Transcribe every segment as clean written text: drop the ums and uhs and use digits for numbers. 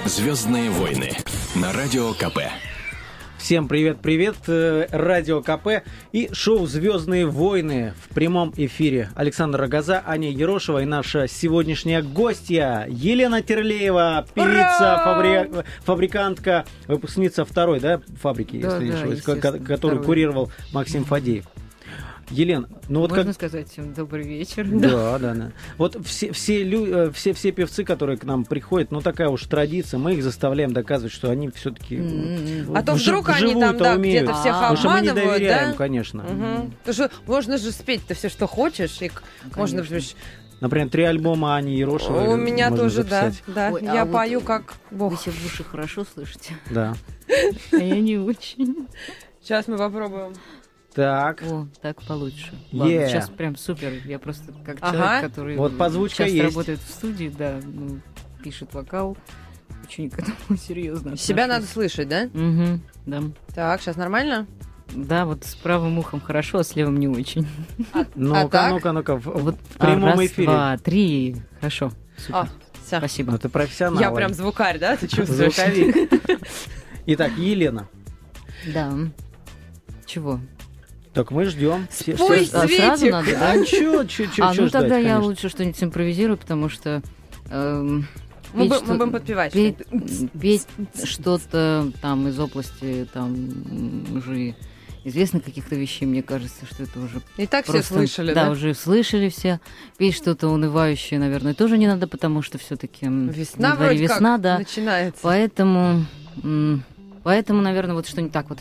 «Звездные войны» на Радио КП. Всем привет-привет, Радио КП и шоу «Звездные войны» в прямом эфире. Александр Рогоза, Аня Ерошева и наша сегодняшняя гостья Елена Терлеева, певица, фабрикантка, выпускница второй, фабрики, если не ошибаюсь, которую курировал Максим Фадеев. Елена, ну вот можно сказать всем добрый вечер. Да. Вот все певцы, которые к нам приходят, ну такая уж традиция, мы их заставляем доказывать, что они все-таки а то вдруг они там где-то всех обманывают, потому что мы не доверяем, конечно. Потому что можно же спеть-то все, что хочешь, и можно... Например, 3 альбома Ани Ерошевой. У меня тоже, записать. да. Ой, я пою как бог. Вы себя в уши хорошо слышите? Да. А я не очень. Сейчас мы попробуем. Так. О, так получше. Ладно, сейчас прям супер. Я просто как человек, который вот позвучка часто есть. Работает в студии, пишет вокал. Очень к этому серьезно отношусь. Себя надо слышать, да? Угу, да. Так, сейчас нормально? Да, вот с правым ухом хорошо, а с левым не очень. Ну-ка, в прямом эфире. 1, 2, 3. Хорошо. Супер. Спасибо. Ну, ты профессионал. Я прям звукарь, да? Ты чувствуешь? Звуковик. Итак, Елена. Да. Чего? Так мы ждем. Спой, Светик! Сразу надо, да? А чё ждать, тогда я конечно. лучше что-нибудь симпровизирую, потому что... Мы будем подпевать. Петь что-то там из области там уже известных каких-то вещей, мне кажется, что это уже... И так просто, все слышали, да? Да, уже слышали все. Петь что-то унывающее, наверное, тоже не надо, потому что все-таки весна вроде весна, как да. начинается. Поэтому, наверное, вот что-нибудь так вот.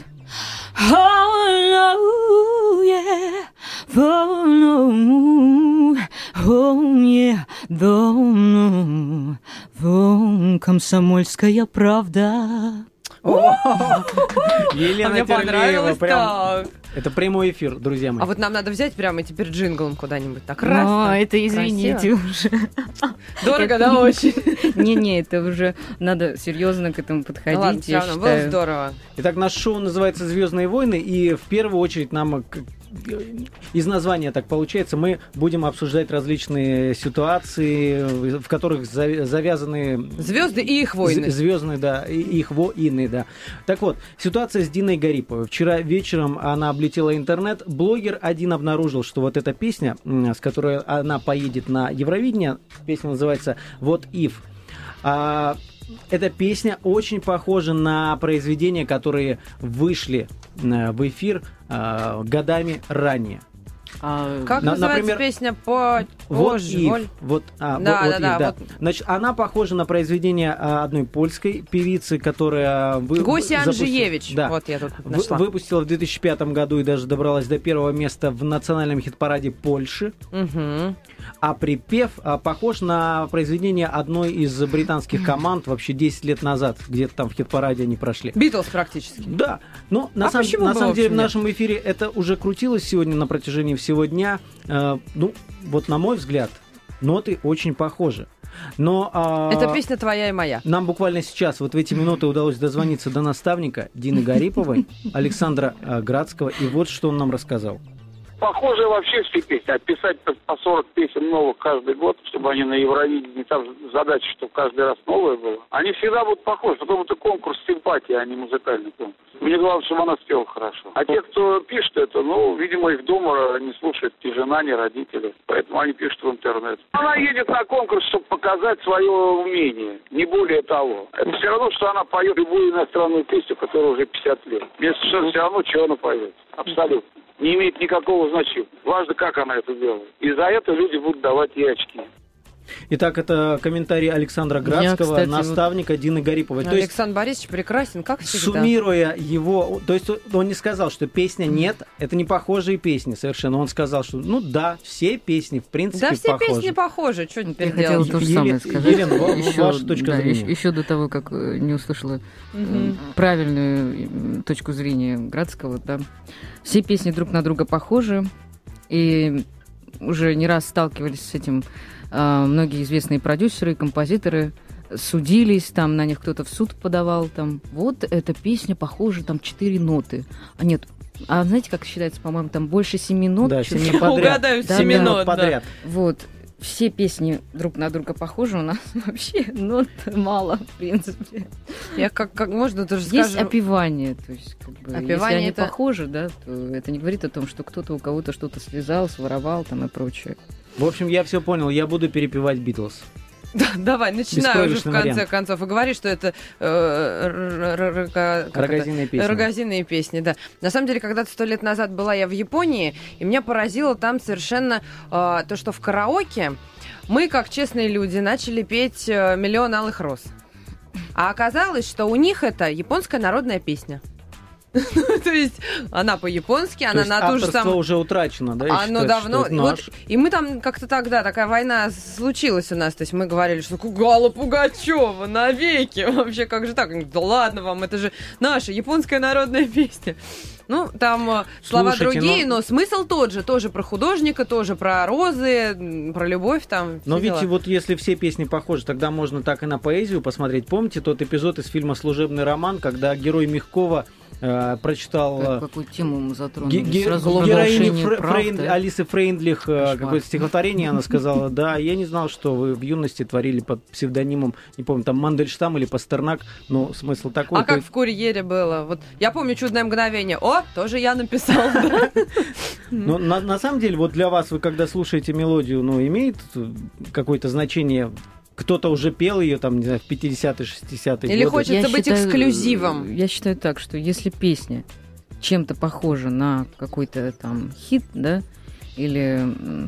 Комсомольская правда. Елена мне понравилось так. Это прямой эфир, друзья мои. А вот нам надо взять прямо теперь джинглом куда-нибудь так. Это извините уже. Дорого, да, очень? Не, это уже надо серьезно к этому подходить. Ладно, все равно было здорово. Итак, наше шоу называется «Звездные войны», и в первую очередь нам из названия так получается, мы будем обсуждать различные ситуации, в которых завязаны... Звезды и их войны. Звездные, да, и их войны, да. Так вот, ситуация с Диной Гариповой. Вчера вечером она облетела интернет. Блогер один обнаружил, что вот эта песня, с которой она поедет на Евровидение, песня называется «What If». Эта песня очень похожа на произведения, которые вышли в эфир годами ранее. Как называется песня по What If. Значит, она похожа на произведение одной польской певицы, которая... Госи Анджиевич. Да, вот я тут нашла. Выпустила в 2005 году и даже добралась до первого места в национальном хит-параде Польши. Угу. А припев похож на произведение одной из британских команд вообще 10 лет назад. Где-то там в хит-параде они прошли. Битлз практически. Да. Но на самом деле в нашем эфире это уже крутилось сегодня на протяжении всего дня. Вот на мой взгляд, ноты очень похожи. Но эта песня твоя и моя. Нам буквально сейчас, вот в эти минуты, удалось дозвониться до наставника Дины Гариповой, Александра Градского, и вот что он нам рассказал. Похожие вообще все песни. Писать по 40 песен новых каждый год, чтобы они на Евровидении, там задача, чтобы каждый раз новое было. Они всегда будут похожи, потому что это конкурс симпатии, а не музыкальный конкурс. Мне главное, чтобы она спела хорошо. А те, кто пишет это, видимо, их дома не слушают ни жена, ни родители. Поэтому они пишут в интернет. Она едет на конкурс, чтобы показать свое умение. Не более того. Это все равно, что она поет любую иностранную песню, которая уже 50 лет. Мне совершенно все равно, что она поет. Абсолютно. Не имеет никакого значения. Важно, как она это делает. И за это люди будут давать ей очки. Итак, это комментарий Александра Градского, наставника Дины Гариповой. Александр Борисович прекрасен, как всегда. Суммируя его... То есть он не сказал, что песня нет, это не похожие песни совершенно. Он сказал, что, все песни, в принципе, похожи. Да, все похожи. песни похожи. Что теперь Я хотела то же самое сказать. Елена, ваша точка зрения. Еще до того, как не услышала правильную точку зрения Градского, да. Все песни друг на друга похожи. И уже не раз сталкивались с этим многие известные продюсеры и композиторы, судились, там на них кто-то в суд подавал, там, вот эта песня похожа, там 4 ноты. А нет, знаете, как считается, по-моему, там больше 7 нот? Да, 7 подряд. Угадаю, 7 нот, подряд. Вот. все песни друг на друга похожи, у нас вообще нот мало, в принципе. Я как можно тоже Есть скажу... опевание, то есть, как бы, Опевание если они это- похожи, да, то это не говорит о том, что кто-то у кого-то что-то связал, своровал там и прочее. В общем, я все понял, я буду перепевать Битлз. Да, давай, начинаю уже в Беспроигрышный конце вариант. концов. И говори, что это Рогозиные песни. рогозиные песни, да. На самом деле, когда-то 100 лет назад была я в Японии, и меня поразило там совершенно то, что в караоке мы, как честные люди, начали петь «Миллион алых роз». А оказалось, что у них это японская народная песня. То есть она по-японски, То она есть на ту же авторство самую... уже утрачено, да? и Оно считается, давно. что это И, вот, наш. и мы там как-то тогда, такая война случилась у нас. То есть мы говорили, что Гала Пугачева навеки. Вообще, как же так? Они говорят, да ладно вам, это же наша японская народная песня. Ну, там слова Слушайте, другие, но смысл тот же. Тоже про художника, тоже про розы, про любовь там. Но все ведь дела. вот если все песни похожи, тогда можно так и на поэзию посмотреть. Помните тот эпизод из фильма «Служебный роман», когда герой Мягкова прочитал... Какую тему мы затронули? Сразу Сразу героине нарушение прав, да? Алисы Фрейндлих какое-то стихотворение, она сказала, да, я не знал, что вы в юности творили под псевдонимом, не помню, там Мандельштам или Пастернак, но смысл такой. А как в «Курьере» было? Вот я помню «Чудное мгновение». О, тоже я написала. Да? Но на самом деле, вот для вас, вы когда слушаете мелодию, ну, имеет какое-то значение? Кто-то уже пел ее, там, не знаю, в 50-е, 60-е Или годы. хочется быть эксклюзивом. Я считаю так, что если песня чем-то похожа на какой-то там хит, да, или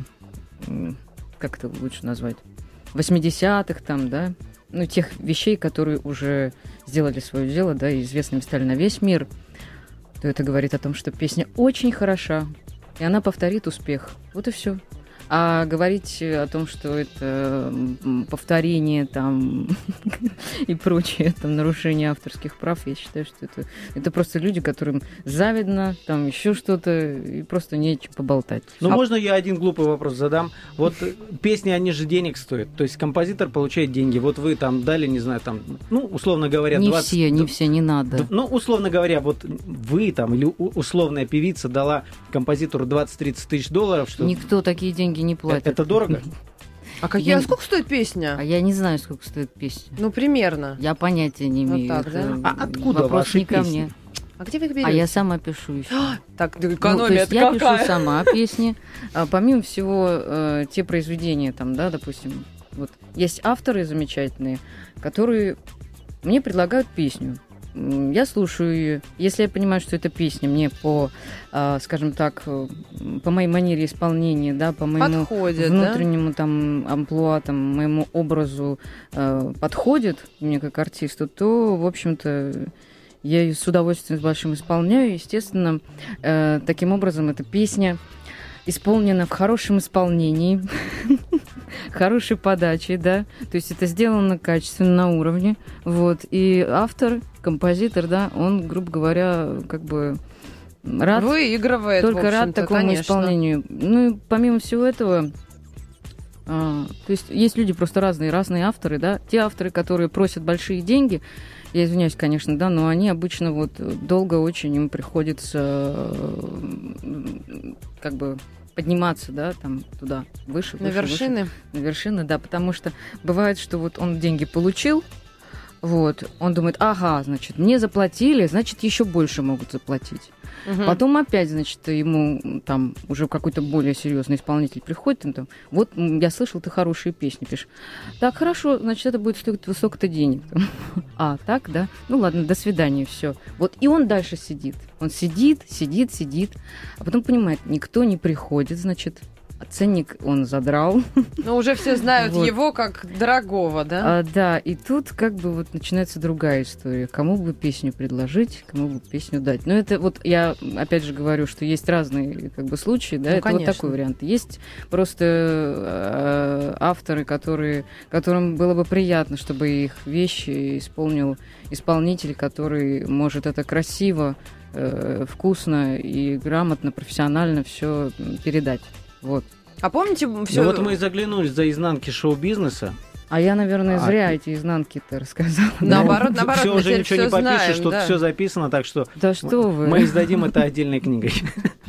как это лучше назвать, 80-х там, да, ну, тех вещей, которые уже сделали свое дело, да, и известными стали на весь мир, то это говорит о том, что песня очень хороша, и она повторит успех. Вот и все. А говорить о том, что это повторение там и прочее, там, нарушение авторских прав, я считаю, что это просто люди, которым завидно, там еще что-то, и просто не о чем поболтать. Ну, можно я один глупый вопрос задам? Вот песни, они же денег стоят. То есть композитор получает деньги. Вот вы там дали, не знаю, там, ну, условно говоря, не 20... все, не надо. Ну, условно говоря, вот вы там, или условная певица дала композитору 20-30 тысяч долларов, что... Никто такие деньги не платит. Это дорого? А сколько стоит песня? А я не знаю, сколько стоит песня. Ну, примерно. Я понятия не Вот имею. так, Это да? А откуда вопрос ваши не ко песни? мне. А где вы их берете? А я сама пишу еще. Так, да Ну, экономия то есть это я какая? пишу сама песни. Помимо всего, те произведения, там, да, допустим, вот есть авторы замечательные, которые мне предлагают песню. Я слушаю ее. Если я понимаю, что эта песня мне по, скажем так, по моей манере исполнения, да, по моему Подходит, внутреннему там амплуа, там, моему образу подходит мне как артисту, то, в общем-то, я ее с удовольствием, с большим исполняю. Естественно, таким образом эта песня исполнена в хорошем исполнении, хорошей подачей, да, то есть это сделано качественно, на уровне, вот, и автор, композитор, да, он, грубо говоря, как бы рад, Выигрывает, только в рад общем-то, такому конечно. исполнению. Ну, и помимо всего этого, то есть люди просто разные авторы, да, те авторы, которые просят большие деньги, я извиняюсь, конечно, да, но они обычно вот долго очень им приходится как бы подниматься, да, там туда, выше, На вершины. на вершины, да, потому что бывает, что вот он деньги получил, вот, он думает, ага, значит, мне заплатили, значит, еще больше могут заплатить. Мгм. Потом опять, значит, ему там уже какой-то более серьезный исполнитель приходит, и там, вот я слышал, ты хорошие песни пишешь. Так, хорошо, значит, это будет стоить столько-то денег. А, так, да? Ну ладно, до свидания, все. Вот и он дальше сидит. Он сидит, а потом понимает, никто не приходит, значит, ценник он задрал. Но уже все знают Вот. его как дорогого, да? Да, и тут как бы вот начинается другая история. Кому бы песню предложить, кому бы песню дать. Но это вот я опять же говорю, что есть разные как бы случаи, да, Ну, это конечно. вот такой вариант. Есть просто авторы, которым было бы приятно, чтобы их вещи исполнил исполнитель, который может это красиво, вкусно и грамотно, профессионально все передать. Вот. А помните все? Ну вот мы и заглянули за изнанки шоу-бизнеса. А я, наверное, А зря ты- эти изнанки-то рассказала. Наоборот, Все мы уже теперь ничего всё не попишешь, знаем, тут да. все записано, так что Да что вы. мы издадим это отдельной книгой.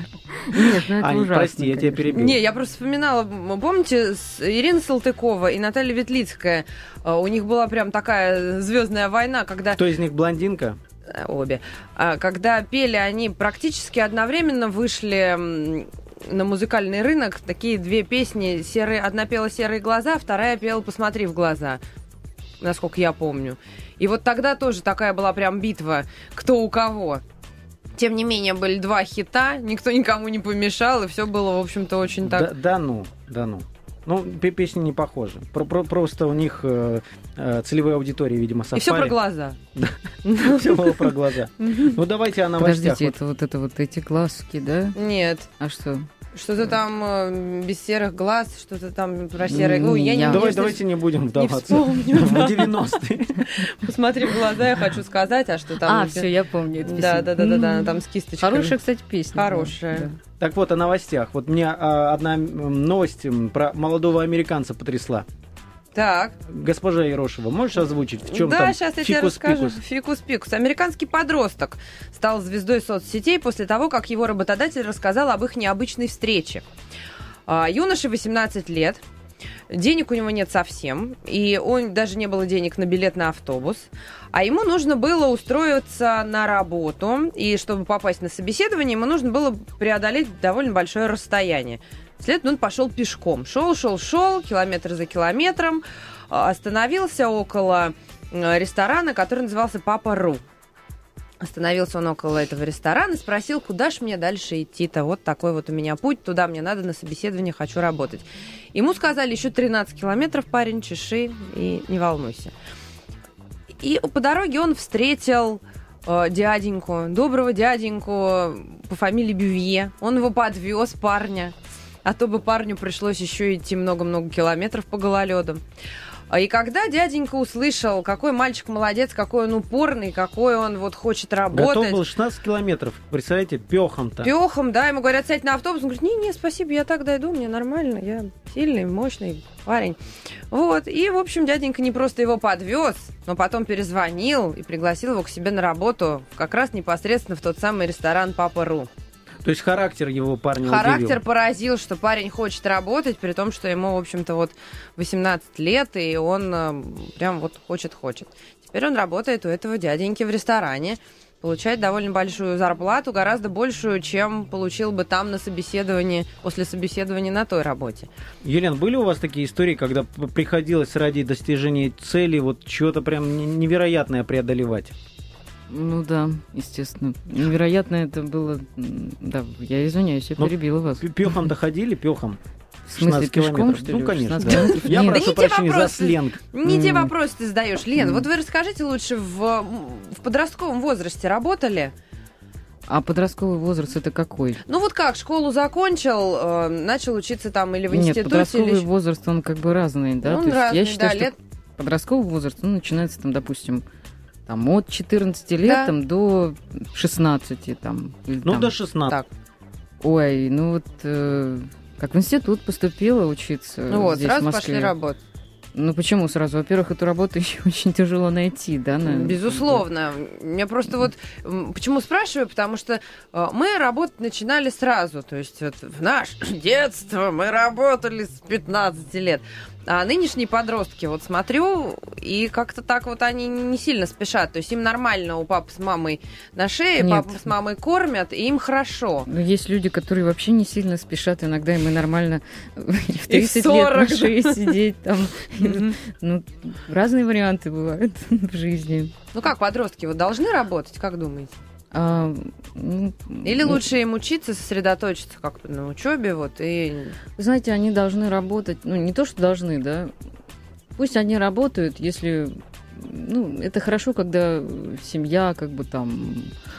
Нет, ну это Ань, ужасно, прости, я тебя конечно. перебил. Не, я просто вспоминала, помните, Ирина Салтыкова и Наталья Ветлицкая, у них была прям такая звездная война, когда... Кто из них блондинка? Обе. Когда пели они практически одновременно, вышли на музыкальный рынок такие две песни. Одна пела «Серые глаза», вторая пела «Посмотри в глаза», насколько я помню. И вот тогда тоже такая была прям битва, кто у кого. Тем не менее, были два хита, никто никому не помешал, и все было, в общем-то, очень так... Да ну. Ну, песни не похожи. Просто у них целевая аудитория, видимо, совпали. И все про глаза. Все было про глаза. Ну, давайте о новостях. Подождите, это вот эти глазки, да? Нет. А что? Что-то там без серых глаз, что-то там про серые... Ой, я не... Давайте не будем вдаваться. вспомню. В 90-е. Посмотри в глаза, я хочу сказать, а что там... все, я помню эту Да, песню. там с кисточкой. Хорошая, кстати, песня. Хорошая. Да. Так вот, о новостях. Вот меня одна новость про молодого американца потрясла. Так. Госпожа Ерошева, можешь озвучить, в чем да, там сейчас я тебе расскажу. фикус-пикус? Фикус-пикус. Американский подросток стал звездой соцсетей после того, как его работодатель рассказал об их необычной встрече. Юноше 18 лет. Денег у него нет совсем, и даже не было денег на билет на автобус. А ему нужно было устроиться на работу, и чтобы попасть на собеседование, ему нужно было преодолеть довольно большое расстояние. Следовательно, он пошел пешком. Шел, километр за километром, остановился около ресторана, который назывался «Папа Ру». Остановился он около этого ресторана и спросил, куда ж мне дальше идти-то? Вот такой вот у меня путь, туда мне надо на собеседование, хочу работать. Ему сказали, еще 13 километров, парень, чеши и не волнуйся. И по дороге он встретил дяденьку, доброго дяденьку по фамилии Бювье. Он его подвез, парня. А то бы парню пришлось еще идти много-много километров по гололеду. И когда дяденька услышал, какой мальчик молодец, какой он упорный, какой он вот хочет работать... Готов был 16 километров, представляете, пехом-то. Пехом, да, ему говорят, сядь на автобус. Он говорит, не, спасибо, я так дойду, мне нормально, я сильный, мощный парень. Вот, и, в общем, дяденька не просто его подвез, но потом перезвонил и пригласил его к себе на работу как раз непосредственно в тот самый ресторан «Папа Ру». То есть характер его парня Характер удивил. поразил, что парень хочет работать, при том, что ему, в общем-то, вот 18 лет, и он прям вот хочет. Теперь он работает у этого дяденьки в ресторане, получает довольно большую зарплату, гораздо большую, чем получил бы там на собеседовании, после собеседования на той работе. Елена, были у вас такие истории, когда приходилось ради достижения цели вот чего-то прям невероятное преодолевать? Ну да, естественно. Невероятно это было... Да, я извиняюсь, я перебила вас. Пехом-то ходили, пехом? В смысле, 16 пешком, километров? что ли? Ну, конечно. 16 Да. километров? Я Нет. прошу Да не те прощения за вопросы. сленг. Не те вопросы ты задаешь, Лен. Вот вы расскажите лучше, в подростковом возрасте работали? А подростковый возраст это какой? Ну вот как, школу закончил, начал учиться там или в институте? Нет, подростковый или... возраст, он как бы разный, да? Он То есть разный, я считаю, да, что лет... подростковый возраст, он начинается там, допустим, там, от 14 лет Да. там, до 16. Там, или, Ну, там. до 16. Так. Ой, ну вот как в институт поступила учиться Ну вот, здесь, сразу в Москве. пошли работать. Ну почему сразу? Во-первых, эту работу еще очень тяжело найти, да? Безусловно. Я просто вот почему спрашиваю, потому что мы работать начинали сразу. То есть вот в наше детство мы работали с 15 лет. А нынешние подростки, вот смотрю, и как-то так вот они не сильно спешат. То есть им нормально у папы с мамой на шее, Нет. папа с мамой кормят, и им хорошо. Но есть люди, которые вообще не сильно спешат. Иногда им и нормально в И 30 лет 40, на да. шее сидеть там. Ну, разные варианты бывают в жизни. Ну как, подростки вот должны работать, как думаете? Или лучше им учиться, сосредоточиться как-то на учебе, вот, и... Знаете, они должны работать, ну, не то, что должны, да, пусть они работают, если, ну, это хорошо, когда семья, как бы, там,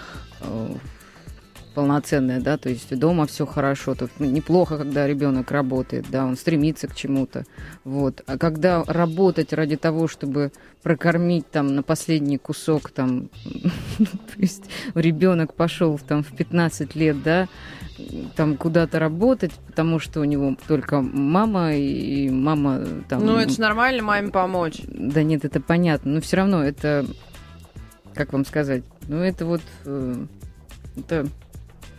полноценная, да, то есть дома все хорошо, то неплохо, когда ребенок работает, да, он стремится к чему-то, вот, а когда работать ради того, чтобы прокормить там на последний кусок, там, то есть ребенок пошел там в 15 лет, да, там куда-то работать, потому что у него только мама и мама там... Ну, это же нормально маме помочь. Да нет, это понятно, но все равно это, как вам сказать, ну, это вот, это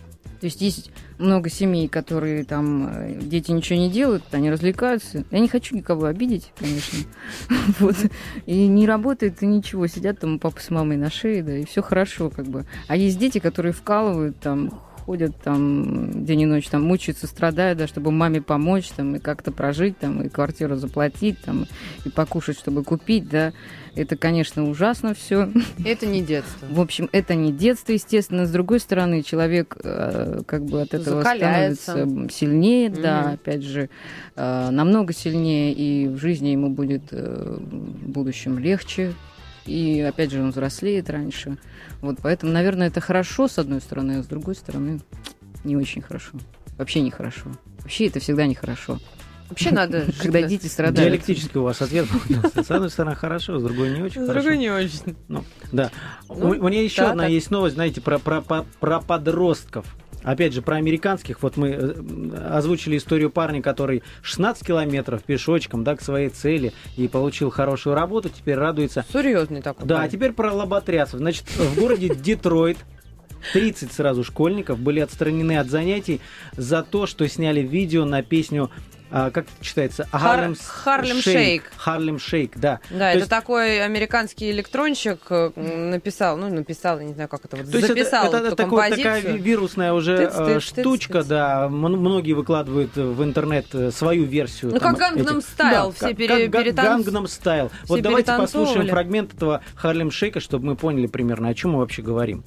То есть есть много семей, которые там, дети ничего не делают, они развлекаются. Я не хочу никого обидеть, конечно. Вот. И не работает, и ничего. Сидят там у папы с мамой на шее, да, и все хорошо как бы. А есть дети, которые вкалывают там, ходят там день и ночь, там мучаются, страдают, да, чтобы маме помочь, там, и как-то прожить, там, и квартиру заплатить, там, и покушать, чтобы купить, да. Это, конечно, ужасно все. Это не детство. В общем, это не детство, естественно. С другой стороны, человек как бы от этого становится сильнее, да, опять же, намного сильнее, и в жизни ему будет в будущем легче. И, опять же, он взрослеет раньше. Вот, поэтому, наверное, это хорошо, с одной стороны, а с другой стороны, не очень хорошо. Вообще нехорошо. Вообще это всегда нехорошо. Вообще надо... Когда дети страдают. Диалектический у вас ответ был. С одной стороны, хорошо, с другой не очень хорошо. С другой не очень. Да. У меня еще одна есть новость, знаете, про подростков. Опять же, про американских. Вот мы озвучили историю парня, который 16 километров пешочком, да, к своей цели и получил хорошую работу, теперь радуется. Серьезный такой. Да, а теперь про лоботрясов. Значит, в городе Детройт 30 сразу школьников были отстранены от занятий за то, что сняли видео на песню, как читается? Харлем Шейк. Харлем Шейк, да. Да, это такой американский электронщик написал, я не знаю, как это вот, записал эту композицию. Такая вирусная уже штучка, да. Многие выкладывают в интернет свою версию. Ну, как Gangnam Style, все перетанцовали. Gangnam Style. Вот давайте послушаем фрагмент этого Харлем Шейка, чтобы мы поняли примерно, о чем мы вообще говорим.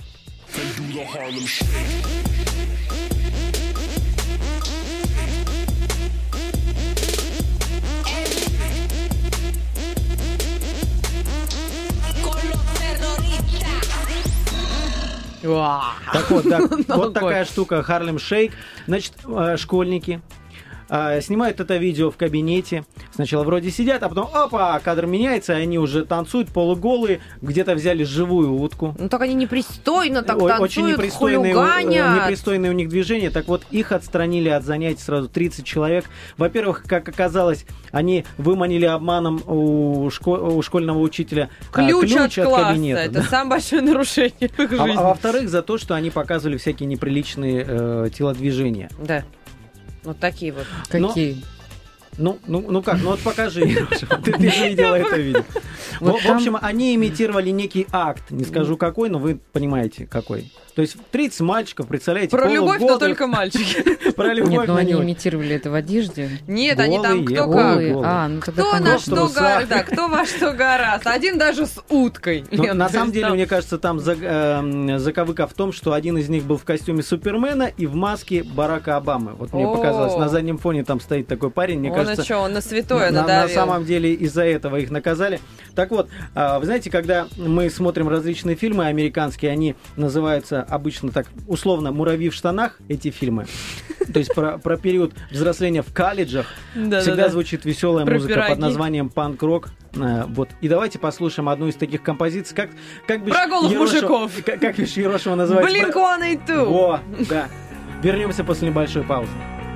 Так вот, да, вот такая штука Харлем Шейк. Значит, школьники снимают это видео в кабинете. Сначала вроде сидят, а потом, опа, кадр меняется, и они уже танцуют полуголые, где-то взяли живую утку. Ну так они непристойно так танцуют, очень непристойные у них движения. Так вот, их отстранили от занятий сразу 30 человек. Во-первых, как оказалось, они выманили обманом у школьного учителя ключ от кабинета. Это самое большое нарушение в их жизни. А во-вторых, за то, что они показывали всякие неприличные телодвижения. Да. Вот такие вот. Какие? Ну как? Ну вот покажи, ты же видела это видео. В общем, они имитировали некий акт. Не скажу какой, но вы понимаете, какой. То есть 30 мальчиков, представляете, про любовь, но только мальчики. Про любовь, нет, но они имитировали это в одежде. Нет, они там кто как. Кто на что гораздо, кто во что гораздо. Один даже с уткой. На самом деле, мне кажется, там заковыка в том, что один из них был в костюме Супермена и в маске Барака Обамы. Вот мне показалось, на заднем фоне там стоит такой парень, мне кажется... Он на святое надавил. На самом деле из-за этого их наказали. Так вот, вы знаете, когда мы смотрим различные фильмы американские, они называются обычно так условно «Муравьи в штанах», эти фильмы. То есть про период взросления в колледжах всегда звучит веселая музыка под названием панк-рок. Вот. И давайте послушаем одну из таких композиций. Как про голых мужиков. Как бишь Ерошева называется? Blink-182. Во, да. Вернемся после небольшой паузы.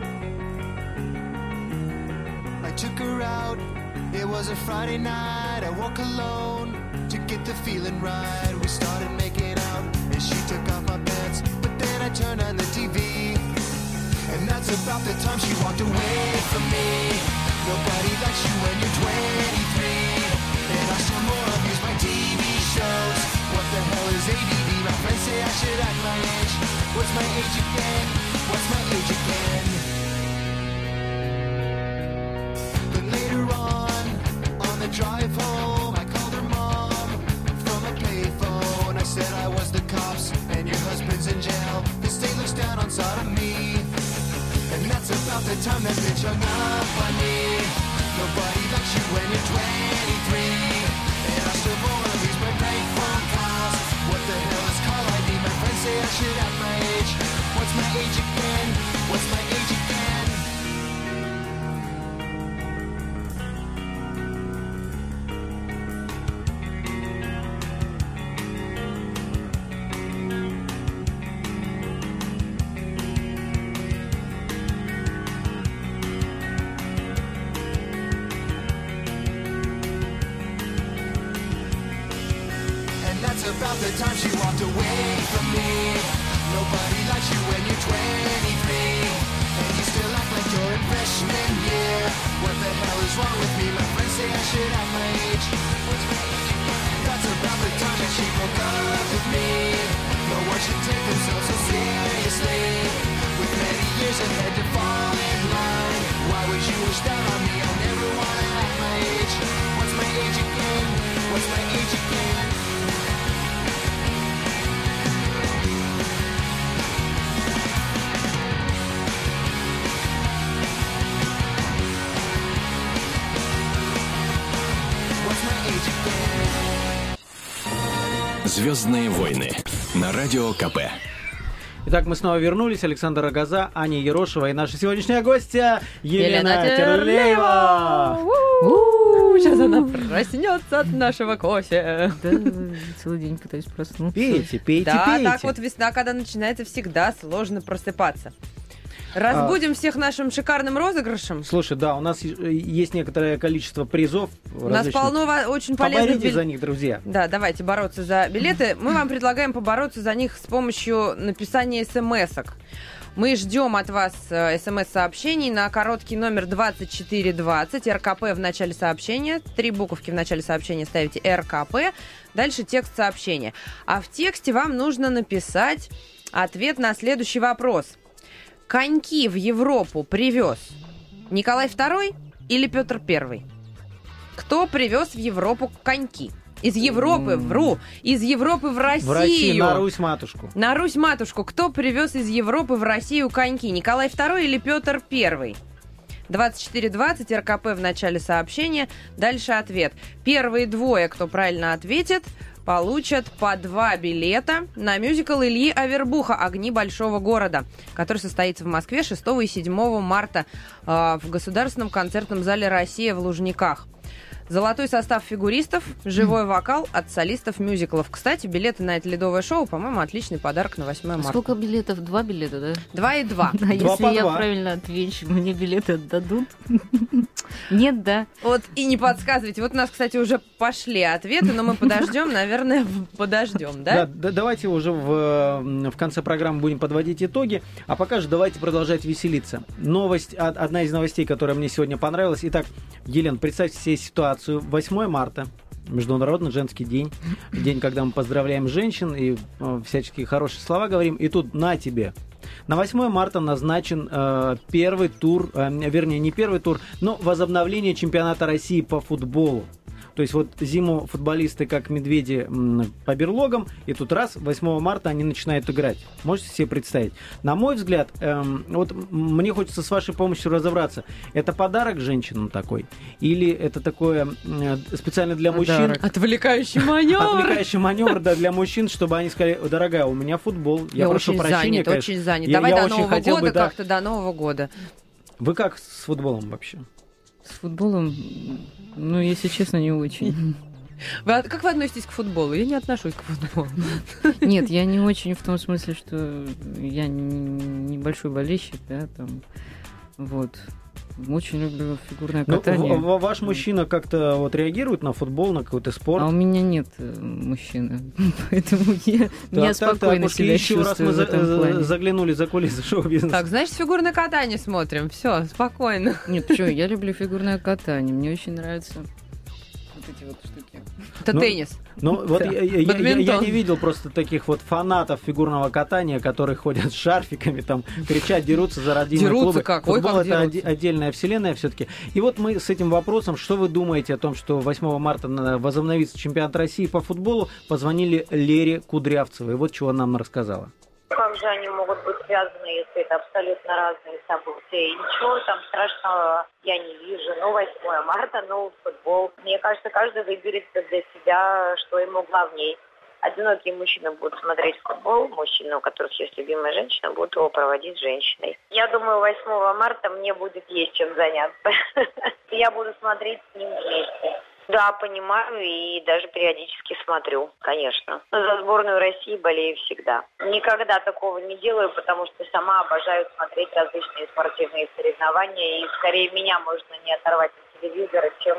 It was a Friday night, I woke alone to get the feeling right. We started making out and she took off my pants, but then I turned on the TV and that's about the time she walked away from me. Nobody likes you when you're 23 and I still more abuse my TV shows. What the hell is ADD? My friends say I should act my age. What's my age again? What's my age again? But later on the drive home, I called her mom from a payphone. I said I was the cops and your husband's in jail. The state looks down on sodomy, and that's about the time that bitch hung up on me. Nobody likes you when you're 23, and I still wanna use my bank phone calls. What the hell is call ID? My friends say I should have my age. What's my age again? What's my age again? About the time she walked away from me. Nobody likes you when you're 23, and you still act like you're in freshman year. What the hell is wrong with me? My friends say I should act my age. What's my age again? That's about the time that she broke up with me. No one should take themselves so seriously, with many years ahead to fall in line. Why would you wish that on me? I never wanna act my age. What's my age again? What's my age again? What's my age again? «Звездные войны» на Радио КП. Итак, мы снова вернулись. Александр Рогоза, Аня Ерошева и наша сегодняшняя гостья Елена Терлеева. Сейчас она проснется от нашего кофе. Да, целый день пытаюсь проснуться. Пейте, пейте, Да, пейте. так вот весна, когда начинается, всегда сложно просыпаться. Разбудим всех нашим шикарным розыгрышем. Слушай, да, у нас есть некоторое количество призов. У нас полно очень полезных Поборитесь за них, друзья. Да, давайте бороться за билеты. Мы вам предлагаем побороться за них с помощью написания смс-ок. Мы ждем от вас смс-сообщений на короткий номер 2420, РКП в начале сообщения. 3 буковки в начале сообщения ставите РКП. Дальше текст сообщения. А в тексте вам нужно написать ответ на следующий вопрос. Коньки в Европу привез Николай II или Петр I? Кто привез в Европу коньки? Из Европы, из Европы в Россию. В России, на Русь-матушку. На Русь-матушку. Кто привез из Европы в Россию коньки? Николай II или Петр I? 2420, РКП в начале сообщения. Дальше ответ. Первые двое, кто правильно ответит, получат по 2 билета на мюзикл Ильи Авербуха «Огни большого города», который состоится в Москве 6 и 7 марта в Государственном концертном зале «Россия» в Лужниках. Золотой состав фигуристов, живой вокал от солистов мюзиклов. Кстати, билеты на это ледовое шоу, по-моему, отличный подарок на 8 марта. Сколько билетов? 2 билета, да? 2 и 2. А если я 2. правильно отвечу, мне билеты отдадут? Нет, да. Вот и не подсказывайте. Вот у нас, кстати, уже пошли ответы, но мы подождем, наверное, подождем, да? Да, давайте уже в конце программы будем подводить итоги. А пока же давайте продолжать веселиться. Одна из новостей, которая мне сегодня понравилась. Итак, Елена, представьте себе ситуацию. 8 марта. Международный женский день. День, когда мы поздравляем женщин и всяческие хорошие слова говорим. И тут на тебе. На 8 марта назначен первый тур, вернее, не первый тур, но возобновление чемпионата России по футболу. То есть вот зиму футболисты как медведи по берлогам, и тут раз, 8 марта они начинают играть. Можете себе представить? На мой взгляд, вот мне хочется с вашей помощью разобраться. Это подарок женщинам такой? Или это такое специально для мужчин? Отвлекающий маневр. Отвлекающий маневр, да, для мужчин, чтобы они сказали: дорогая, у меня футбол. Я прошу очень прощения, занят, конечно. очень занят. Я Давай до очень Нового хотел года, бы, да. как-то до Нового года. Вы как с футболом вообще? С футболом, ну, если честно, не очень. Как вы относитесь к футболу? Я не отношусь к футболу. Нет, я не очень в том смысле, что я небольшой болельщик, да, там, вот. Очень люблю фигурное катание. Ваш мужчина как-то вот реагирует на футбол, на какой-то спорт? А у меня нет мужчины, поэтому я спокойно себя еще раз чувствую мы в этом плане. заглянули за кулисы шоу-бизнеса. Так, значит, фигурное катание смотрим. Все, спокойно. Нет, почему? Я люблю фигурное катание. Мне очень нравятся вот эти вот штуки. Это теннис. Ну, вот Да. я Бадминтон. не видел просто таких вот фанатов фигурного катания, которые ходят с шарфиками, там, кричат, дерутся за родимые Дерутся клубы. как? Ой, Футбол как это дерутся. отдельная вселенная все-таки. И вот мы с этим вопросом, что вы думаете о том, что 8 марта возобновится чемпионат России по футболу, позвонили Лере Кудрявцевой. Вот чего она нам рассказала. Как же они могут быть связаны, если это абсолютно разные события? И ничего там страшного я не вижу. Ну, 8 марта, ну, футбол. Мне кажется, каждый выберет для себя, что ему главнее. Одинокие мужчины будут смотреть футбол, мужчины, у которых есть любимая женщина, будут его проводить с женщиной. Я думаю, 8 марта мне будет есть чем заняться. Я буду смотреть с ним вместе. Да, понимаю и даже периодически смотрю, конечно. Но за сборную России болею всегда. Никогда такого не делаю, потому что сама обожаю смотреть различные спортивные соревнования. И скорее меня можно не оторвать от телевизора, чем...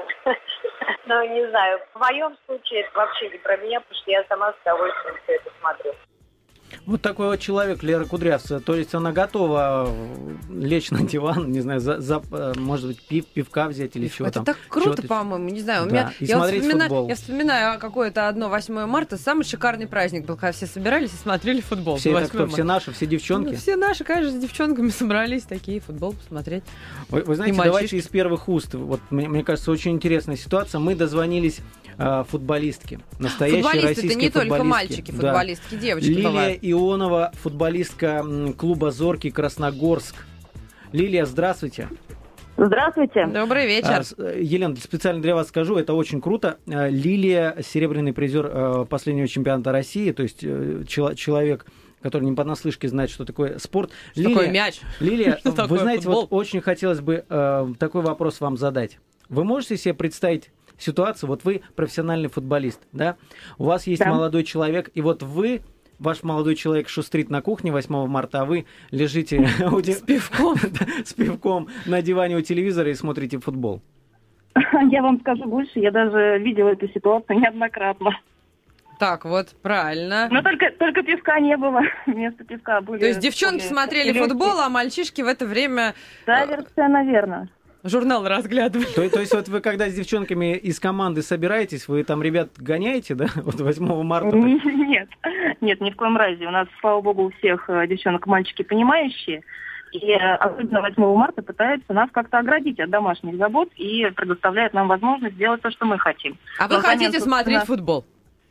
Ну, не знаю. В моем случае это вообще не про меня, потому что я сама с удовольствием все это смотрю. Вот такой вот человек, Лера Кудрявцева, то есть она готова лечь на диван, не знаю, может быть, пивка взять или чего Это там. так круто, чего-то- по-моему, не знаю. У Да, меня, и я вот смотреть футбол. я вспоминаю какое-то одно 8 марта, самый шикарный праздник был, когда все собирались и смотрели футбол. Все на это 8 кто? марта. Все наши, все девчонки? Ну, все наши, конечно, с девчонками собрались такие, футбол посмотреть. Вы знаете, И давайте мальчишки. из первых уст. Вот мне кажется, очень интересная ситуация. Мы дозвонились футболистке. Настоящей Футболисты, российской это не только футболистке. мальчики, Да. футболистки, девочки Лилия бывают. Ионова, футболистка клуба «Зоркий» Красногорск. Лилия, здравствуйте. Здравствуйте. Добрый вечер. Елена, специально для вас скажу, это очень круто. Лилия, серебряный призер последнего чемпионата России, то есть человек, который не понаслышке знает, что такое спорт. Что такое мяч? Лилия, Что вы такое знаете, футбол? вот очень хотелось бы такой вопрос вам задать. Вы можете себе представить ситуацию, вот вы профессиональный футболист, да? У вас есть Да. молодой человек, и вот вы, ваш молодой человек шустрит на кухне 8 марта, а вы лежите С пивком. с пивком на диване у телевизора и смотрите футбол. Я вам скажу больше, я даже видела эту ситуацию неоднократно. Так, вот, правильно. Но только пивка не было. Вместо пивка были... То есть девчонки были смотрели легкие. футбол, а мальчишки в это время Совершенно верно. журнал разглядывали. То есть вот вы когда с девчонками из команды собираетесь, вы там ребят гоняете, да, вот 8 марта? так? Нет, ни в коем разе. У нас, слава богу, у всех девчонок мальчики понимающие. И особенно 8 марта пытаются нас как-то оградить от домашних забот и предоставляют нам возможность сделать то, что мы хотим. А вы Но взамен, хотите смотреть собственно, футбол?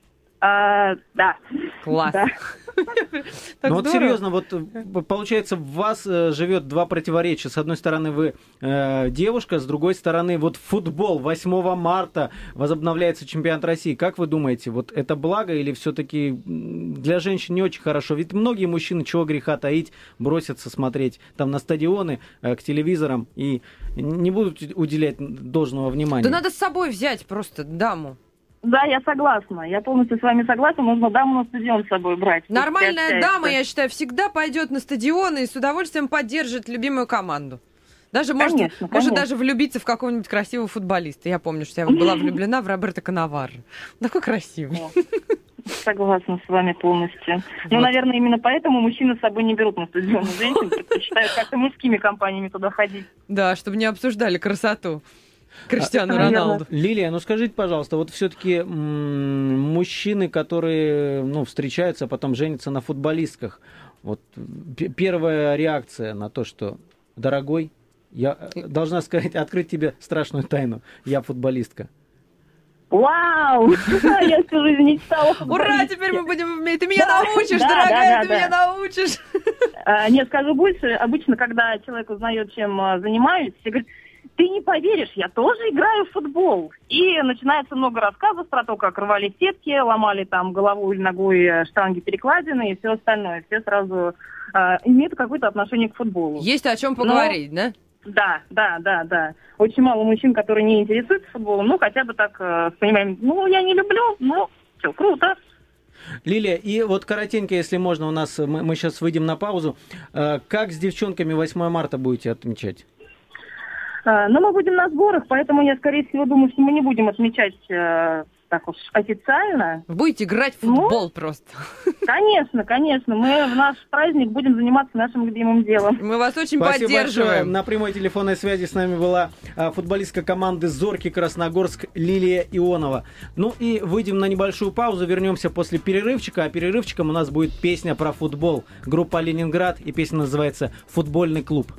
Да. Класс. Да. Так Ну вот здорово. серьезно, вот получается, в вас живет два противоречия. С одной стороны, вы девушка, с другой стороны, вот футбол. 8 марта возобновляется чемпионат России. Как вы думаете, вот это благо или все-таки для женщин не очень хорошо? Ведь многие мужчины, чего греха таить, бросятся смотреть там на стадионы, к телевизорам и не будут уделять должного внимания. Да надо с собой взять просто даму. Да, я согласна. Я полностью с вами согласна. Нужно даму на стадион с собой брать. Пусть Нормальная приобщается. дама, я считаю, всегда пойдет на стадионы и с удовольствием поддержит любимую команду. Даже Конечно, может конечно. даже влюбиться в какого-нибудь красивого футболиста. Я помню, что я была влюблена в Роберто Канаваро. Такой красивый. Согласна с вами полностью. Ну, Вот. наверное, именно поэтому мужчины с собой не берут на стадион. Женщин предпочитают как-то мужскими компаниями туда ходить. Да, чтобы не обсуждали красоту Криштиану наверное. Роналду. Лилия, ну скажите, пожалуйста, вот все-таки мужчины, которые встречаются, а потом женятся на футболистках, вот первая реакция на то, что, дорогой, я должна сказать, открыть тебе страшную тайну, я футболистка. Вау! Я всю жизнь мечтала. Ура, теперь мы будем вместе. Ты меня Да, научишь, да, дорогая, да, ты да. меня научишь. Нет, скажу больше. Обычно, когда человек узнает, чем занимаюсь, все говорят, ты не поверишь, я тоже играю в футбол. И начинается много рассказов про то, как рвали сетки, ломали там головой или ногой штанги перекладины и все остальное. Все сразу имеют какое-то отношение к футболу. Есть о чем поговорить, да? Да. Очень мало мужчин, которые не интересуются футболом, ну, хотя бы так с пониманием, я не люблю, все, круто. Лилия, и вот коротенько, если можно, мы сейчас выйдем на паузу. Как с девчонками 8 марта будете отмечать? Но мы будем на сборах, поэтому я, скорее всего, думаю, что мы не будем отмечать так уж официально. Будете играть в футбол просто. Конечно. Мы в наш праздник будем заниматься нашим любимым делом. Мы вас очень Спасибо большое. поддерживаем. На прямой телефонной связи с нами была футболистка команды «Зоркий» Красногорск Лилия Ионова. Ну и выйдем на небольшую паузу, вернемся после перерывчика. А перерывчиком у нас будет песня про футбол. Группа «Ленинград», и песня называется «Футбольный клуб».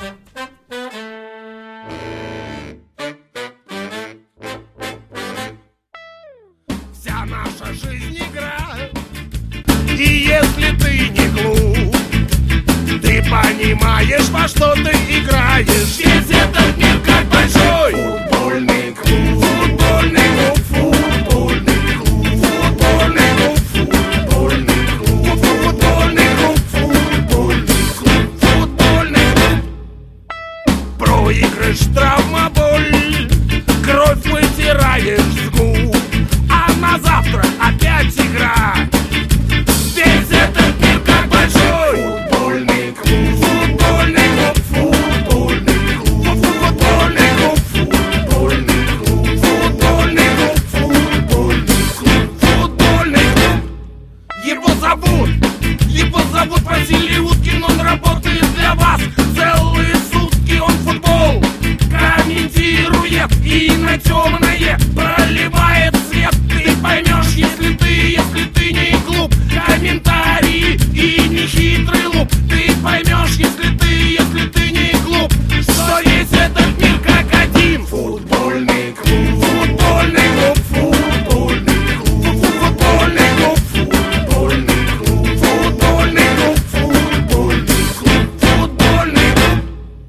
Вся наша жизнь игра. И если ты не глуп, ты понимаешь, во что ты играешь. Весь этот мир как большой футбольный клуб. Футбольный клуб, футбольный клуб, футбольный клуб, футбольный клуб, футбольный клуб, футбольный клуб. Проигрыш, травма, боль, кровь вытираешь с губ, а на завтра опять игра. Весь этот мир как большой футбольный клуб, футбольный клуб, футбольный клуб, футбольный клуб, футбольный клуб, футбольный клуб, футбольный клуб, футбольный клуб. Его зовут зовут Василий Уткин, он работает для вас целые сутки, он футбол комментирует и на темное проливает свет. Ты поймешь, если ты не клуб, комментарии и не хитрый лук. Ты поймешь, если ты не клуб, что весь этот мир как один. Футбольный клуб, футбольный клуб, футбольный клуб, футбольный клуб, футбольный клуб, футбольный клуб, футбольный клуб, футбольный клуб.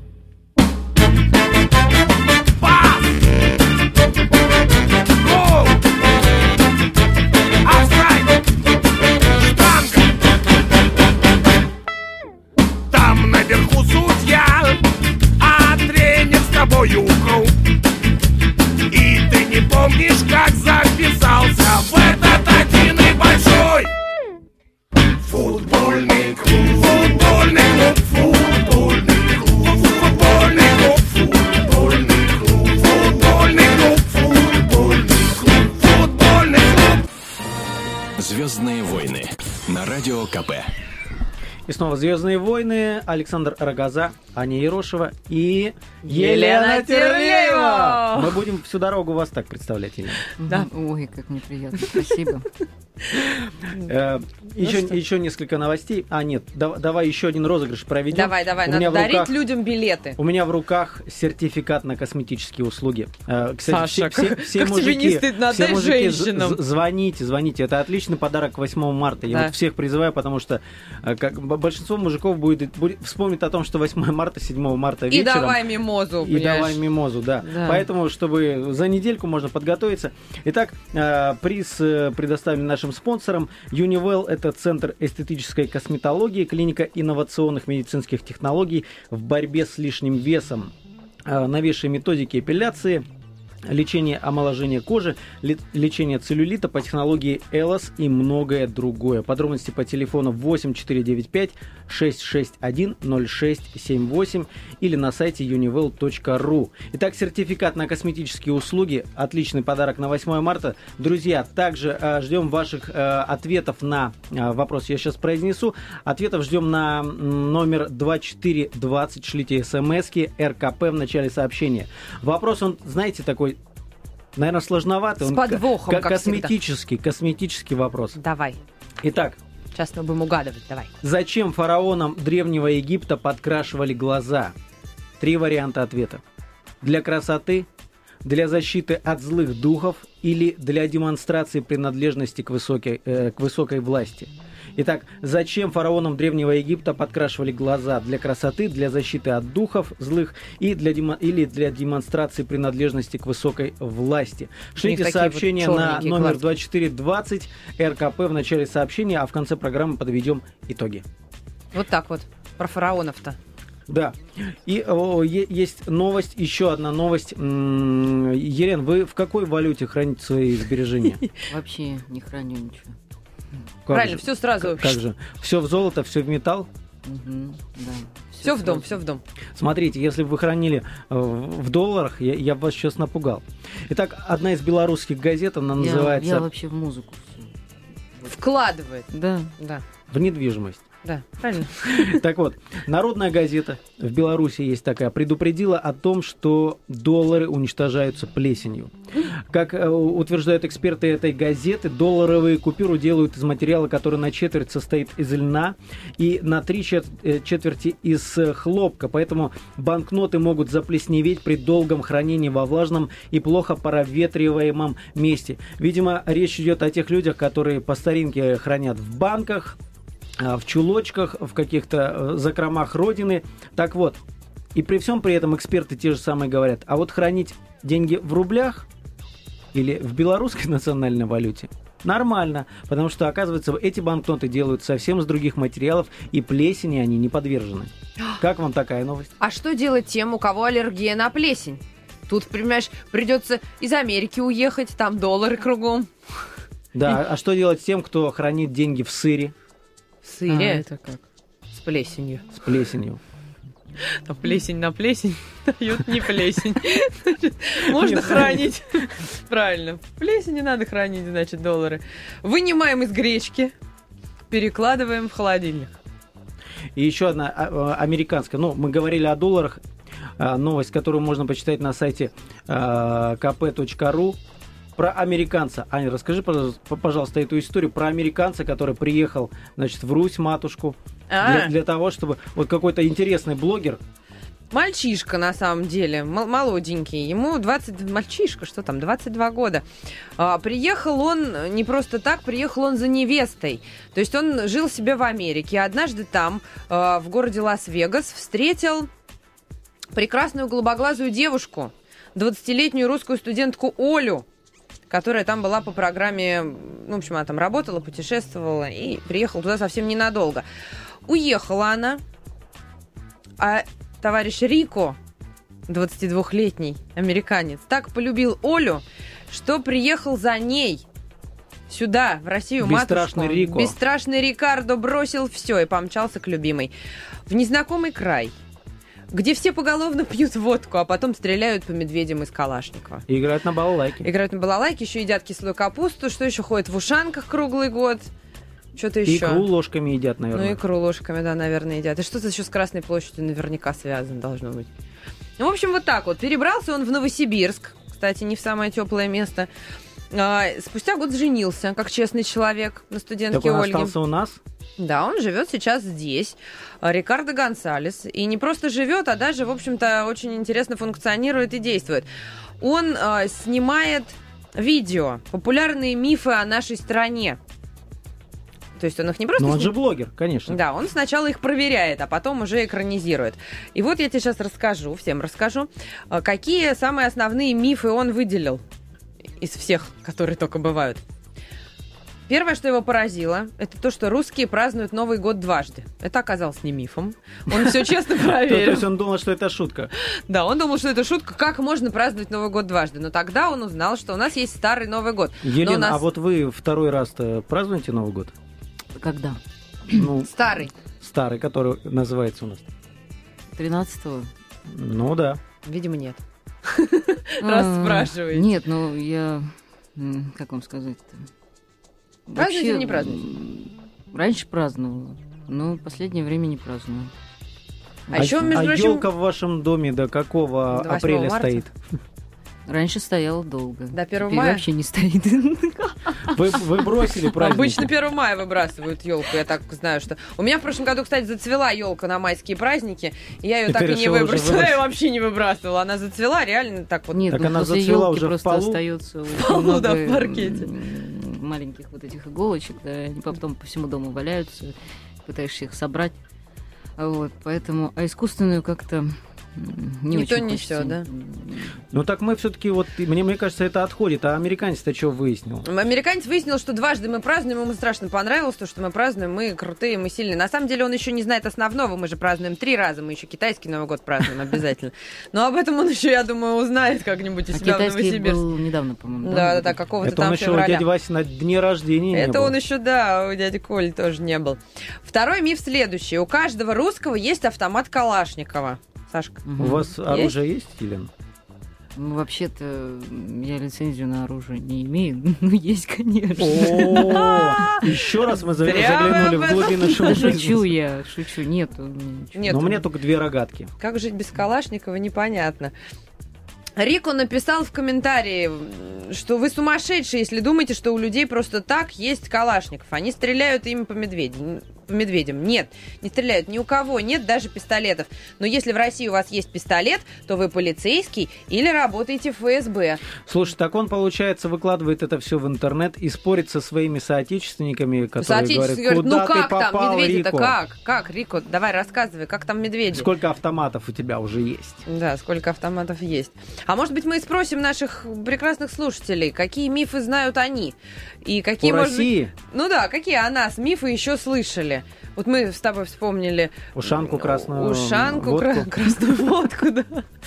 Пас! Гол! Офсайд! Штанга! Там наверху судья, а тренер с тобою круг. И ты не помнишь, как записался в этот один и большой футбольный клуб, футбольный клуб, футбольный клуб, футбольный клуб, футбольный клуб, футбольный клуб, футбольный клуб, футбольный клуб. «Звездные войны» на Радио КП. И снова «Звездные войны». Александр Рогоза, Аня Ерошева и Елена Терлеева. Мы будем всю дорогу вас так представлять, Елена. Да. Ой, как мне приятно. Спасибо. Еще несколько новостей. Нет, давай еще один розыгрыш проведем. Давай, надо дарить людям билеты. У меня в руках сертификат на косметические услуги. Кстати, Саша, все как мужики, тебе не стыдно, все отдай мужики, женщинам. звоните. Это отличный подарок к 8 марта. Я Да. вот всех призываю, потому что большинство мужиков будет вспомнит о том, что 8 марта, 7 марта И вечером. давай мимозу, И понимаешь? давай мимозу, да. Да. Поэтому, чтобы за недельку можно подготовиться. Итак, приз предоставлен нашим спонсорам. Univell – это центр эстетической косметологии, клиника инновационных медицинских технологий в борьбе с лишним весом. Новейшие методики эпиляции, лечение омоложения кожи, лечение целлюлита по технологии ЭЛОС и многое другое. Подробности по телефону 8495-661-0678 или на сайте univel.ru. Итак, сертификат на косметические услуги. Отличный подарок на 8 марта. Друзья, также ждем ваших ответов на вопрос, я сейчас произнесу. Ответов ждем на номер 2420. Шлите смски РКП в начале сообщения. Вопрос, он, знаете, такой, наверное, сложноватый. С Он подвохом, как косметический вопрос. Давай. Итак, Сейчас мы будем угадывать. Давай. зачем фараонам Древнего Египта подкрашивали глаза? 3 варианта ответа. Для красоты, для защиты от злых духов или для демонстрации принадлежности к высокой власти. Итак, зачем фараонам Древнего Египта подкрашивали глаза? Для красоты, для защиты от духов злых или для демонстрации принадлежности к высокой власти. Шлите сообщение на номер 2420 РКП в начале сообщения, а в конце программы подведем итоги. Вот так вот. Про фараонов-то. Да. И есть новость, еще одна новость. Елена, вы в какой валюте храните свои сбережения? Вообще не храню ничего. Правильно, все сразу. Как же? Все в золото, все в металл? Да. Все в дом, все в дом. Смотрите, если бы вы хранили в долларах, я бы вас сейчас напугал. Итак, одна из белорусских газет, она называется... Я вообще в музыку. Вкладывает. Да. В недвижимость. Да, правильно. Так вот, Народная газета, в Беларуси есть такая, предупредила о том, что доллары уничтожаются плесенью. Как утверждают эксперты этой газеты, долларовые купюры делают из материала, который на четверть состоит из льна и на 3 четверти из хлопка. Поэтому банкноты могут заплесневеть при долгом хранении во влажном и плохо проветриваемом месте. Видимо, речь идет о тех людях, которые по старинке хранят в банках, в чулочках, в каких-то закромах родины. Так вот, и при всем при этом эксперты те же самые говорят, а вот хранить деньги в рублях или в белорусской национальной валюте нормально, потому что, оказывается, эти банкноты делают совсем из других материалов, и плесени они не подвержены. Как вам такая новость? А что делать тем, у кого аллергия на плесень? Тут, понимаешь, придется из Америки уехать, там доллары кругом. Да, а что делать тем, кто хранит деньги в сыре? В сыре? Это как? С плесенью. С плесенью. А плесень на плесень дает не плесень. Можно хранить. Правильно. В плесени надо хранить, значит, доллары. Вынимаем из гречки, перекладываем в холодильник. И еще одна американская. Ну, мы говорили о долларах. Новость, которую можно почитать на сайте kp.ru. Про американца. Аня, расскажи, пожалуйста, эту историю про американца, который приехал, значит, в Русь-матушку для того, чтобы... Вот какой-то интересный блогер... Мальчишка, на самом деле, молоденький. Ему 22 года. Приехал он не просто так, приехал он за невестой. То есть он жил себе в Америке. Однажды там, в городе Лас-Вегас, встретил прекрасную голубоглазую девушку, 20-летнюю русскую студентку Олю, которая там была по программе, ну, в общем, она там работала, путешествовала и приехала туда совсем ненадолго. Уехала она, а товарищ Рико, 22-летний американец, так полюбил Олю, что приехал за ней сюда, в Россию, Бесстрашный матушку. Рико. Бесстрашный Рикардо бросил все и помчался к любимой. В незнакомый край, где все поголовно пьют водку, а потом стреляют по медведям из Калашникова. И играют на балалайке. Играют на балалайке, еще едят кислую капусту, что еще ходит в ушанках круглый год. Что-то И еще. икру ложками едят, наверное. Ну, икру ложками, да, наверное, едят. И что-то еще с Красной площадью наверняка связано должно быть. Ну, в общем, вот так вот. Перебрался он в Новосибирск. Кстати, не в самое теплое место. Спустя год женился, как честный человек, на студентке Так он Ольге. остался у нас? Да, он живет сейчас здесь. Рикардо Гонсалес. И не просто живет, а даже, в общем-то, очень интересно функционирует и действует. Он снимает видео, популярные мифы о нашей стране. То есть он их не просто... Ну, он же блогер, конечно. Да, он сначала их проверяет, а потом уже экранизирует. И вот я тебе сейчас всем расскажу, какие самые основные мифы он выделил из всех, которые только бывают. Первое, что его поразило, это то, что русские празднуют Новый год дважды. Это оказалось не мифом. Он все честно То проверил. есть он думал, что это шутка. Да, он думал, что это шутка, как можно праздновать Новый год дважды. Но тогда он узнал, что у нас есть старый Новый год. Елена, а вот вы второй раз-то празднуете Новый год? Когда? Ну, Старый. старый, который называется у нас. 13-го? Ну да. Видимо, нет. Раз спрашиваете. Нет, ну я... Как вам сказать-то? Празднуете или не празднуете? Раньше праздновала, но в последнее время не праздную. А еще, между прочим... елка в вашем доме до какого До 8 апреля марта? стоит? Раньше стояла долго. До 1 Теперь мая? вообще не стоит. Вы бросили праздник? Обычно 1 мая выбрасывают елку, я так знаю, что... У меня в прошлом году, кстати, зацвела елка на майские праздники, и я ее И так ты и не решила уже выбросила, я выбросить? ее вообще не выбрасывала. Она зацвела реально так вот. Нет, Так ну, она после зацвела елки уже в просто полу? остается очень полу, много, да, в паркете. Маленьких вот этих иголочек, да, они потом по всему дому валяются, пытаешься их собрать. Вот, поэтому, а искусственную как-то не Ни очень то, ни хочется. сё, да. Ну так мы все-таки вот, мне кажется, это отходит. А американец-то что выяснил? Американец выяснил, что дважды мы празднуем, ему страшно понравилось то, что мы празднуем, мы крутые, мы сильные. На самом деле он еще не знает основного, мы же празднуем 3 раза, мы еще китайский Новый год празднуем обязательно. Но об этом он еще, я думаю, узнает как-нибудь у А себя в китайский Новосибирске. был недавно, по-моему. Да, какого-то Это там он еще у февраля. дяди Васи на дне рождения не Это был. он еще, да, у дяди Коли тоже не был. Второй миф следующий. У каждого русского есть автомат Калашникова. Сашка. У вас оружие есть, Елена? Ну, вообще-то я лицензию на оружие не имею, но есть, конечно. О, еще раз мы заглянули в глубину Да шоу-бизнеса. шучу я, шучу, нету. у меня ничего. Нет, Но у меня только 2 рогатки. как жить без Калашникова, непонятно. Рико написал в комментарии, что вы сумасшедшие, если думаете, что у людей просто так есть Калашников. Они стреляют ими по медведям. Нет, не стреляют. Ни у кого нет даже пистолетов. Но если в России у вас есть пистолет, то вы полицейский или работаете в ФСБ. Слушай, так он, получается, выкладывает это все в интернет и спорит со своими соотечественниками, которые Соотечественники говорят, говорят, куда ну ты как там, попал, медведи-то Рико? как? Как, Рико, давай рассказывай, как там медведи? Сколько автоматов у тебя уже есть? Да, сколько автоматов есть. А может быть, мы спросим наших прекрасных слушателей, какие мифы знают они? И какие, По может быть, России? ну да, какие о нас мифы еще слышали? Вот мы с тобой вспомнили... Ушанку, красную Ушанку, водку. красную водку, да.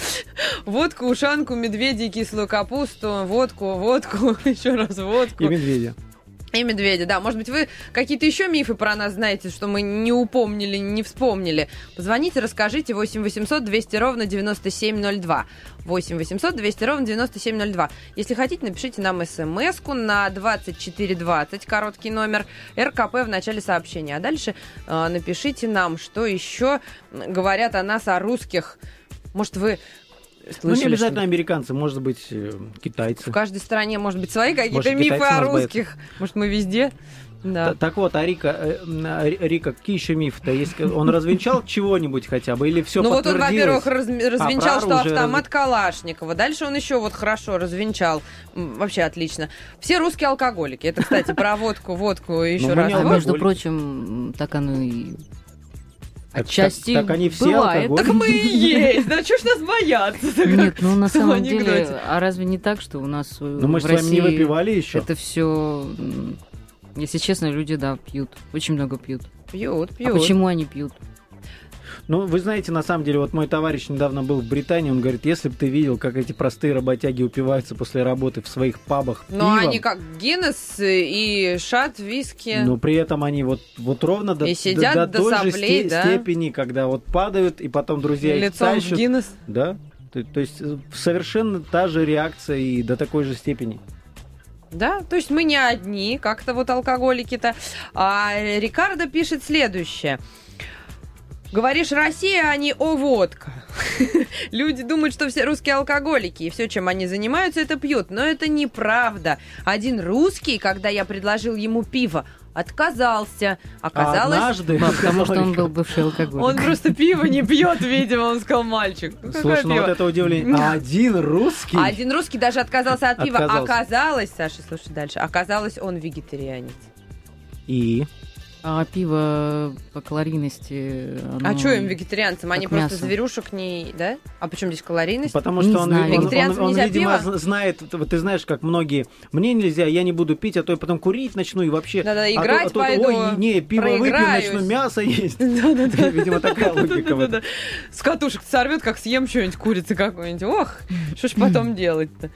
Водку, ушанку, медведей, кислую капусту, водку, еще раз водку. И медведя. И медведи, да. Может быть, вы какие-то еще мифы про нас знаете, что мы не упомнили, не вспомнили. Позвоните, расскажите. 8 800 200 ровно 9702. 8 800 200 ровно 9702. Если хотите, напишите нам смс-ку на 2420, короткий номер, РКП в начале сообщения. А дальше напишите нам, что еще говорят о нас, о русских. Может, вы... Ну, не обязательно американцы, может быть, китайцы. В каждой стране, может быть, свои какие-то мифы о русских. Может, мы везде? Да. Так вот, а Рика, какие еще мифы-то есть? Он развенчал чего-нибудь хотя бы? Или все подтвердилось? Ну, вот он, во-первых, развенчал, что автомат Калашникова. Дальше он еще вот хорошо развенчал. Вообще отлично. Все русские алкоголики. Это, кстати, про водку еще раз. А между прочим, так оно и... Отчасти так они все бывает. алкоголики. Так мы и есть. Да что ж нас бояться? Нет, ну на самом деле, а разве не так, что у нас ну, мы в с вами России не выпивали еще. Это все, если честно, люди, да, пьют. Очень много пьют. Пьют. А почему они пьют? Ну, вы знаете, на самом деле, вот мой товарищ недавно был в Британии, он говорит, если бы ты видел, как эти простые работяги упиваются после работы в своих пабах но пивом. Они как Гиннес и шат, виски. Но при этом они вот ровно до той же степени, когда вот падают, и потом друзья их лицом тащат. в Гиннес. Да, то есть совершенно та же реакция и до такой же степени. Да, то есть мы не одни, как-то вот алкоголики-то. А Рикардо пишет следующее. Говоришь, Россия, а не водка. Люди думают, что все русские алкоголики, и все, чем они занимаются, это пьют. Но это неправда. Один русский, когда я предложил ему пиво, отказался. Оказалось... Однажды... Потому что он был бывший алкоголик. Он просто пиво не пьет, видимо, он сказал, мальчик. Слушай, ну вот это удивление. Один русский? Один русский даже отказался от пива. Оказалось, Саша, слушай дальше, оказалось, он вегетарианец. И... А пиво по калорийности... А что им, вегетарианцам? Они просто мясо. Зверюшек не... Да? А почему здесь калорийность? Потому что он видимо, знает... Ты знаешь, как многие... Мне нельзя, я не буду пить, а то я потом курить начну и вообще... Да-да, играть пойду, ой, не, пиво выпью, начну мясо есть. Да-да-да. Видимо, такая логика. С катушек сорвет, как съем что-нибудь, курицы какой-нибудь. Ох, что ж потом делать-то?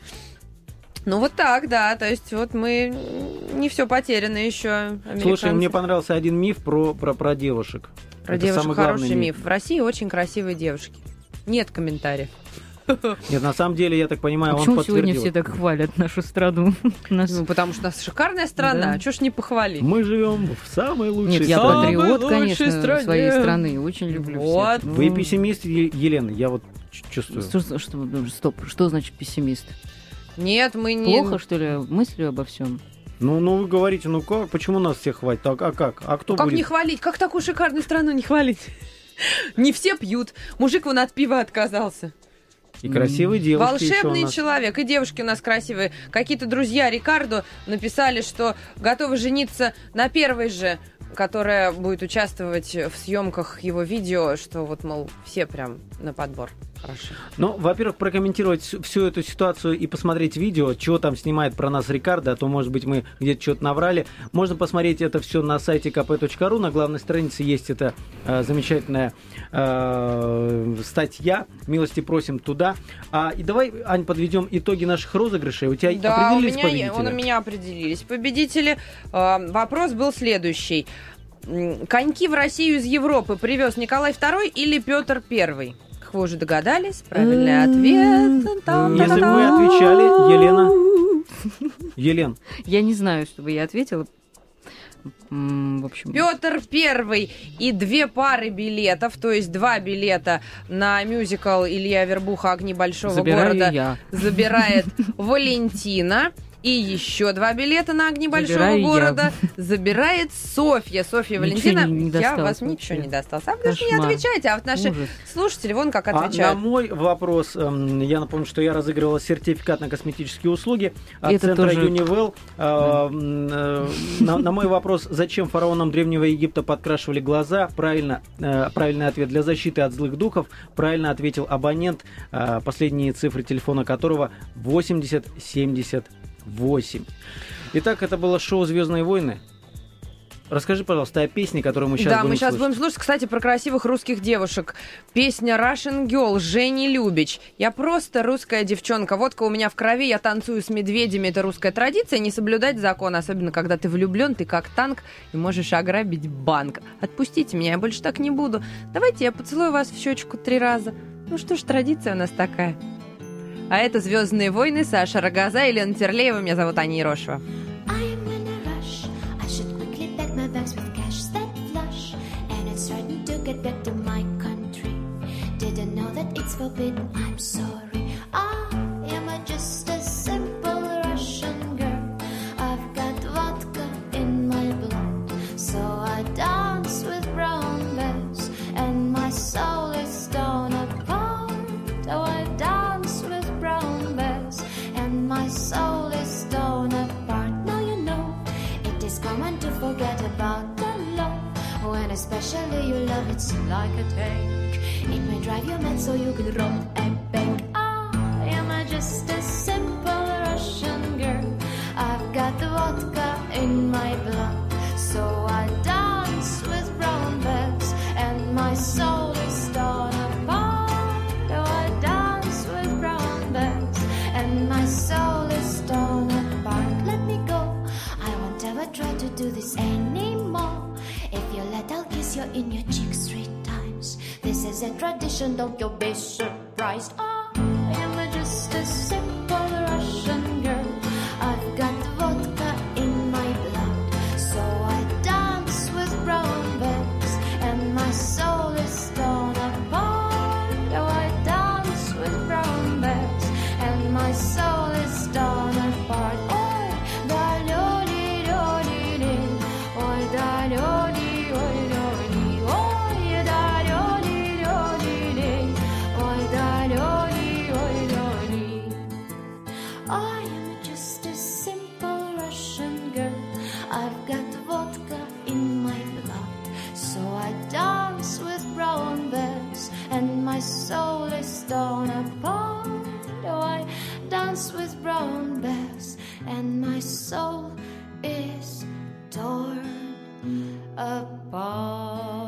Ну вот так, да, то есть вот мы не все потеряно еще. Слушай, мне понравился один миф про девушек. Про девушек хороший миф. В России очень красивые девушки. Нет комментариев. Нет, на самом деле, я так понимаю, он почему подтвердил. Почему сегодня все так хвалят нашу страну? Ну, потому что у нас шикарная страна, да. Чего ж не похвалить? Мы живем в самой лучшей стране. Нет, я патриот, конечно, своей страны, очень люблю вот. всех. Вы пессимист, Елена, я вот чувствую. Стоп, что значит пессимист? Нет, мы не... Плохо, что ли, мыслю обо всем? Ну, вы говорите, ну как, почему нас всех хватит? А как? А кто как будет? Не хвалить? Как такую шикарную страну не хвалить? Не все пьют. Мужик вон от пива отказался. И красивые девушки. Волшебный человек. И девушки у нас красивые. Какие-то друзья Рикардо написали, что готовы жениться на первой же, которая будет участвовать в съемках его видео, что вот, мол, все прям на подбор. Хорошо. Ну, во-первых, прокомментировать всю эту ситуацию и посмотреть видео, чего там снимает про нас Рикардо, а то, может быть, мы где-то что-то наврали. Можно посмотреть это все на сайте kp.ru. На главной странице есть эта замечательная статья. Милости просим туда. И давай, Ань, подведем итоги наших розыгрышей. У тебя определились победители? У меня определились победители. Вопрос был следующий. Коньки в Россию из Европы привез Николай II или Петр I? Вы уже догадались? Правильный ответ. Если бы вы отвечали, Елена. Я не знаю, чтобы я ответила. В общем... Петр I и 2 пары билетов, то есть 2 билета на мюзикл Илья Вербуха «Огни большого города» забирает Валентина. И еще 2 билета на «Огни большого города» забирает Софья. Софья Валентина, я вас ничего не досталось. А вы даже не отвечайте, а вот наши слушатели вон как отвечают. На мой вопрос, я напомню, что я разыгрывала сертификат на косметические услуги от центра Юнивел. На мой вопрос, зачем фараонам Древнего Египта подкрашивали глаза, правильный ответ: для защиты от злых духов. Правильно ответил абонент, последние цифры телефона которого 8078. Итак, это было шоу «Звездные войны». Расскажи, пожалуйста, о песне, которую мы сейчас Да, будем мы сейчас слушать. будем слушать, кстати, про красивых русских девушек. Песня Russian Girl Жени Любич. Я просто русская девчонка. Водка у меня в крови, я танцую с медведями. Это русская традиция. Не соблюдать закон, особенно когда ты влюблен, ты как танк и можешь ограбить банк. Отпустите меня, я больше так не буду. Давайте я поцелую вас в щечку 3 раза. Ну что ж, традиция у нас такая. А это «Звездные войны», Саша Рогоза и Лена Терлеева. Меня зовут Аня Ерошева. Get back to my country. Didn't know that it's forbidden. I'm sorry. I am just a simple Russian girl. I've got vodka in my blood, so I dance with brown bears, and my soul is torn apart. Oh, I dance with brown bears, and my soul is torn apart. Now you know it is common to forget about the love. When especially you love, it's like a tank. It may drive you mad so you can rob a bank. I am just a simple Russian girl. I've got the vodka in my blood, so I dance with brown bears, and my soul is torn apart. Oh, I dance with brown bears, and my soul is torn apart. Let me go, I won't ever try to do this anymore. If you let, I'll kiss you in your cheeks 3 times. This is a tradition, don't you be surprised. I am just a simple Russian girl. I've got vodka in my blood, so I dance with brown bears, and my soul is torn apart. Oh, I dance with brown bears, and my soul is torn apart. Oh, da lo li do li li, oh da lo li. I am just a simple Russian girl. I've got vodka in my blood, so I dance with brown bears, and my soul is torn apart. Oh, I dance with brown bears, and my soul is torn apart.